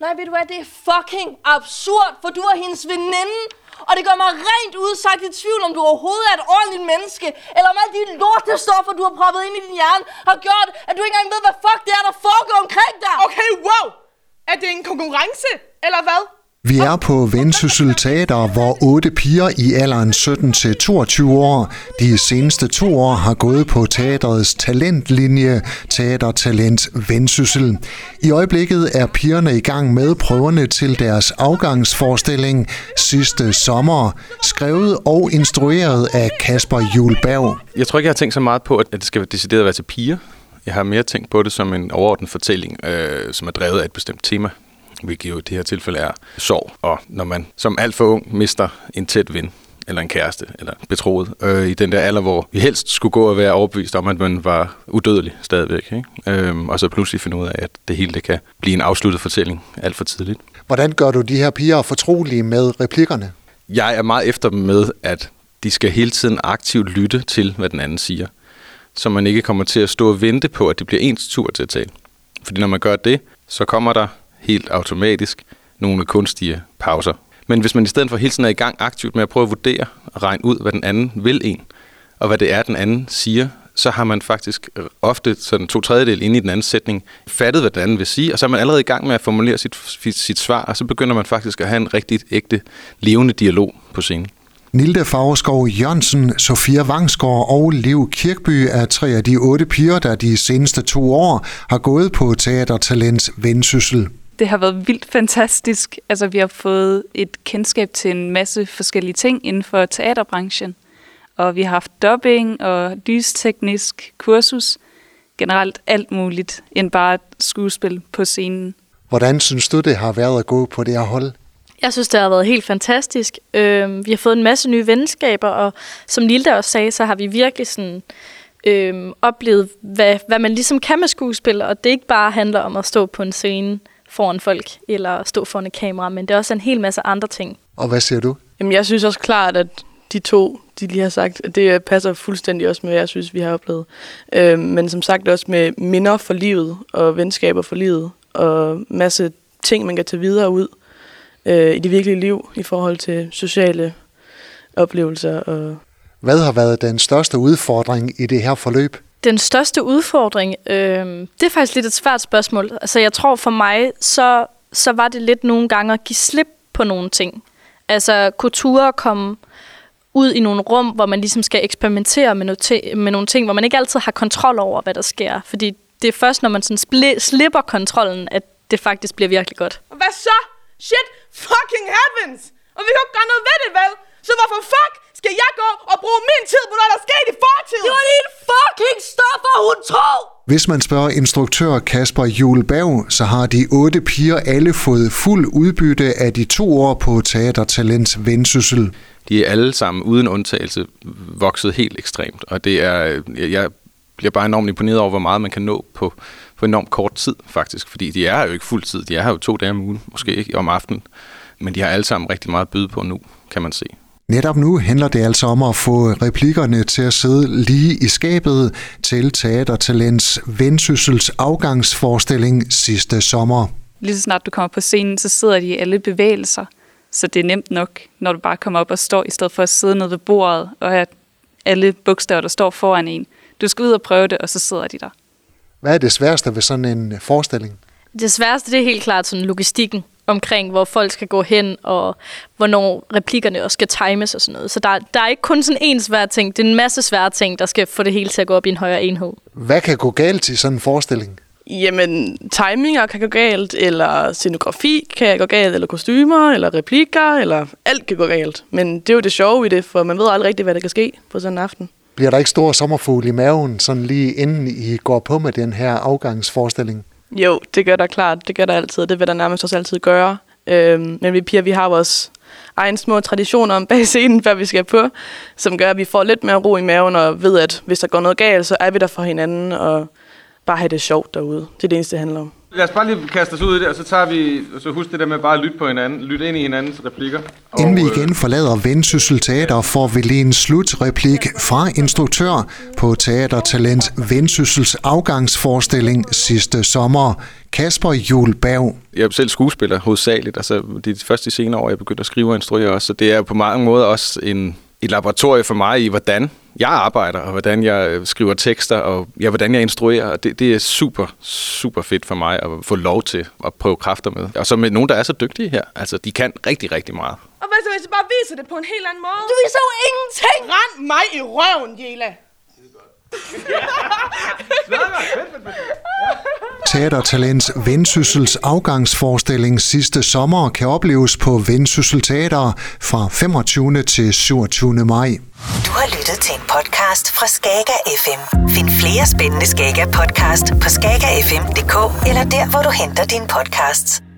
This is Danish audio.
Nej, ved du hvad, det er fucking absurd, for du er hendes veninde. Og det gør mig rent udsagt i tvivl, om du overhovedet er et ordentligt menneske, eller om alle de lortestoffer, du har proppet ind i din hjerne, har gjort, at du ikke engang ved, hvad fuck det er, der foregår omkring dig. Okay, wow! Er det en konkurrence, eller hvad? Vi er på Vendsyssel Teater, hvor 8 piger i alderen 17 til 22 år de seneste 2 år har gået på teaterets talentlinje Teatertalent Vendsyssel. I øjeblikket er pigerne i gang med prøverne til deres afgangsforestilling sidste sommer, skrevet og instrueret af Kasper Juhl Berg. Jeg tror ikke, jeg har tænkt så meget på, at det skal decideret være til piger. Jeg har mere tænkt på det som en overordnet fortælling, som er drevet af et bestemt tema, hvilket jo i det her tilfælde er sorg. Og når man som alt for ung mister en tæt ven, eller en kæreste, eller betroet, i den der alder, hvor vi helst skulle gå og være overbevist om, at man var udødelig stadigvæk. Ikke? Og så pludselig finde ud af, at det hele det kan blive en afsluttet fortælling alt for tidligt. Hvordan gør du de her piger fortrolige med replikkerne? Jeg er meget efter dem med, at de skal hele tiden aktivt lytte til, hvad den anden siger. Så man ikke kommer til at stå og vente på, at det bliver ens tur til at tale. Fordi når man gør det, så kommer der helt automatisk nogle kunstige pauser. Men hvis man i stedet for hele tiden er i gang aktivt med at prøve at vurdere og regne ud, hvad den anden vil en, og hvad det er, den anden siger, så har man faktisk ofte sådan 2/3 inde i den anden sætning fattet, hvad den anden vil sige, og så er man allerede i gang med at formulere sit svar, og så begynder man faktisk at have en rigtig ægte, levende dialog på scenen. Nilde Fagerskov Jørgensen, Sofia Vangsgaard og Liv Kirkby er 3 af de 8 piger, der de seneste 2 år har gået på Teatertalent Vendsyssel. Det har været vildt fantastisk. Altså, vi har fået et kendskab til en masse forskellige ting inden for teaterbranchen. Og vi har haft dubbing og lysteknisk kursus. Generelt alt muligt end bare skuespil på scenen. Hvordan synes du, det har været at gå på det her hold? Jeg synes, det har været helt fantastisk. Vi har fået en masse nye venskaber, og som Nilde også sagde, så har vi virkelig sådan, oplevet, hvad man ligesom kan med skuespil, og det ikke bare handler om at stå på en scene foran folk, eller stå foran et kamera, men det er også en hel masse andre ting. Og hvad siger du? Jamen, jeg synes også klart, at de 2, de lige har sagt, det passer fuldstændig også med, hvad jeg synes, vi har oplevet. Men som sagt også med minder for livet, og venskaber for livet, og masse ting, man kan tage videre ud i det virkelige liv i forhold til sociale oplevelser. Og hvad har været den største udfordring i det her forløb? Den største udfordring, det er faktisk lidt et svært spørgsmål. Altså jeg tror for mig, så var det lidt nogle gange at give slip på nogle ting. Altså kulturer komme ud i nogle rum, hvor man ligesom skal eksperimentere med nogle ting, hvor man ikke altid har kontrol over, hvad der sker. Fordi det er først, når man sådan slipper kontrollen, at det faktisk bliver virkelig godt. Og hvad så? Shit fucking heavens! Og vi kan jo ikke gøre noget ved det, vel? Så hvorfor fuck skal jeg gå og bruge min tid på noget, der skete i fortiden? Det var lige en fucking stoffer, hun tog! Hvis man spørger instruktør Kasper Juhl Berg, så har de 8 piger alle fået fuld udbytte af de 2 år på Teatertalent Vendsyssel. De er alle sammen uden undtagelse vokset helt ekstremt, og det er, jeg bliver bare enormt imponeret over, hvor meget man kan nå på enormt kort tid faktisk, fordi de er jo ikke fuld tid, de er her jo 2 dage om ugen, måske ikke om aftenen, men de har alle sammen rigtig meget at byde på nu, kan man se. Netop nu handler det altså om at få replikkerne til at sidde lige i skabet til Teatertalents Vendsyssels afgangsforestilling sidste sommer. Lige så snart du kommer på scenen, så sidder de i alle bevægelser, så det er nemt nok, når du bare kommer op og står, i stedet for at sidde nede ved bordet og have alle bogstaver, der står foran en. Du skal ud og prøve det, og så sidder de der. Hvad er det sværeste ved sådan en forestilling? Det sværeste, det er helt klart sådan logistikken omkring, hvor folk skal gå hen, og hvornår replikkerne også skal times og sådan noget. Så der er ikke kun sådan en svær ting, det er en masse svære ting, der skal få det hele til at gå op i en højere enhed. Hvad kan gå galt i sådan en forestilling? Jamen, timinger kan gå galt, eller scenografi kan gå galt, eller kostymer, eller replikker, eller alt kan gå galt. Men det er jo det sjove i det, for man ved aldrig rigtigt, hvad der kan ske på sådan en aften. Bliver der ikke stor sommerfugl i maven, sådan lige inden I går på med den her afgangsforestilling? Jo, det gør der klart. Det gør der altid. Det vil der nærmest også altid gøre. Men vi piger, vi har vores egen små traditioner om bag scenen, før vi skal på, som gør, at vi får lidt mere ro i maven, og ved, at hvis der går noget galt, så er vi der for hinanden, og bare have det sjovt derude. Det er det eneste, det handler om. Lad os bare lige kaste os ud i det, og så tager vi, så husk det der med bare at lytte på hinanden, lytte ind i hinandens replikker. Inden vi igen forlader Vendsyssel Teater, får vi lige en slutreplik fra instruktør på Teatertalent Vendsyssels afgangsforestilling sidste sommer, Kasper Juhl Berg. Jeg er selv skuespiller hovedsageligt, altså de første senere år, jeg begyndte at skrive og instruere også, så det er på mange måder også et laboratorie for mig i, hvordan jeg arbejder, og hvordan jeg skriver tekster, og hvordan jeg instruerer. Og det er super, super fedt for mig at få lov til at prøve kræfter med. Og så med nogen, der er så dygtige her. Altså, de kan rigtig, rigtig meget. Og hvad så, hvis jeg bare viser det på en helt anden måde? Du viser jo ingenting! Rend mig i røven, Jela! Teatertalents Vendsyssels afgangsforestilling sidste sommer kan opleves på Vendsyssel Teater fra 25. til 27. maj. Du har lyttet til en podcast fra Skager FM. Find flere spændende Skager podcast på skagerfm.dk eller der, hvor du henter dine podcasts.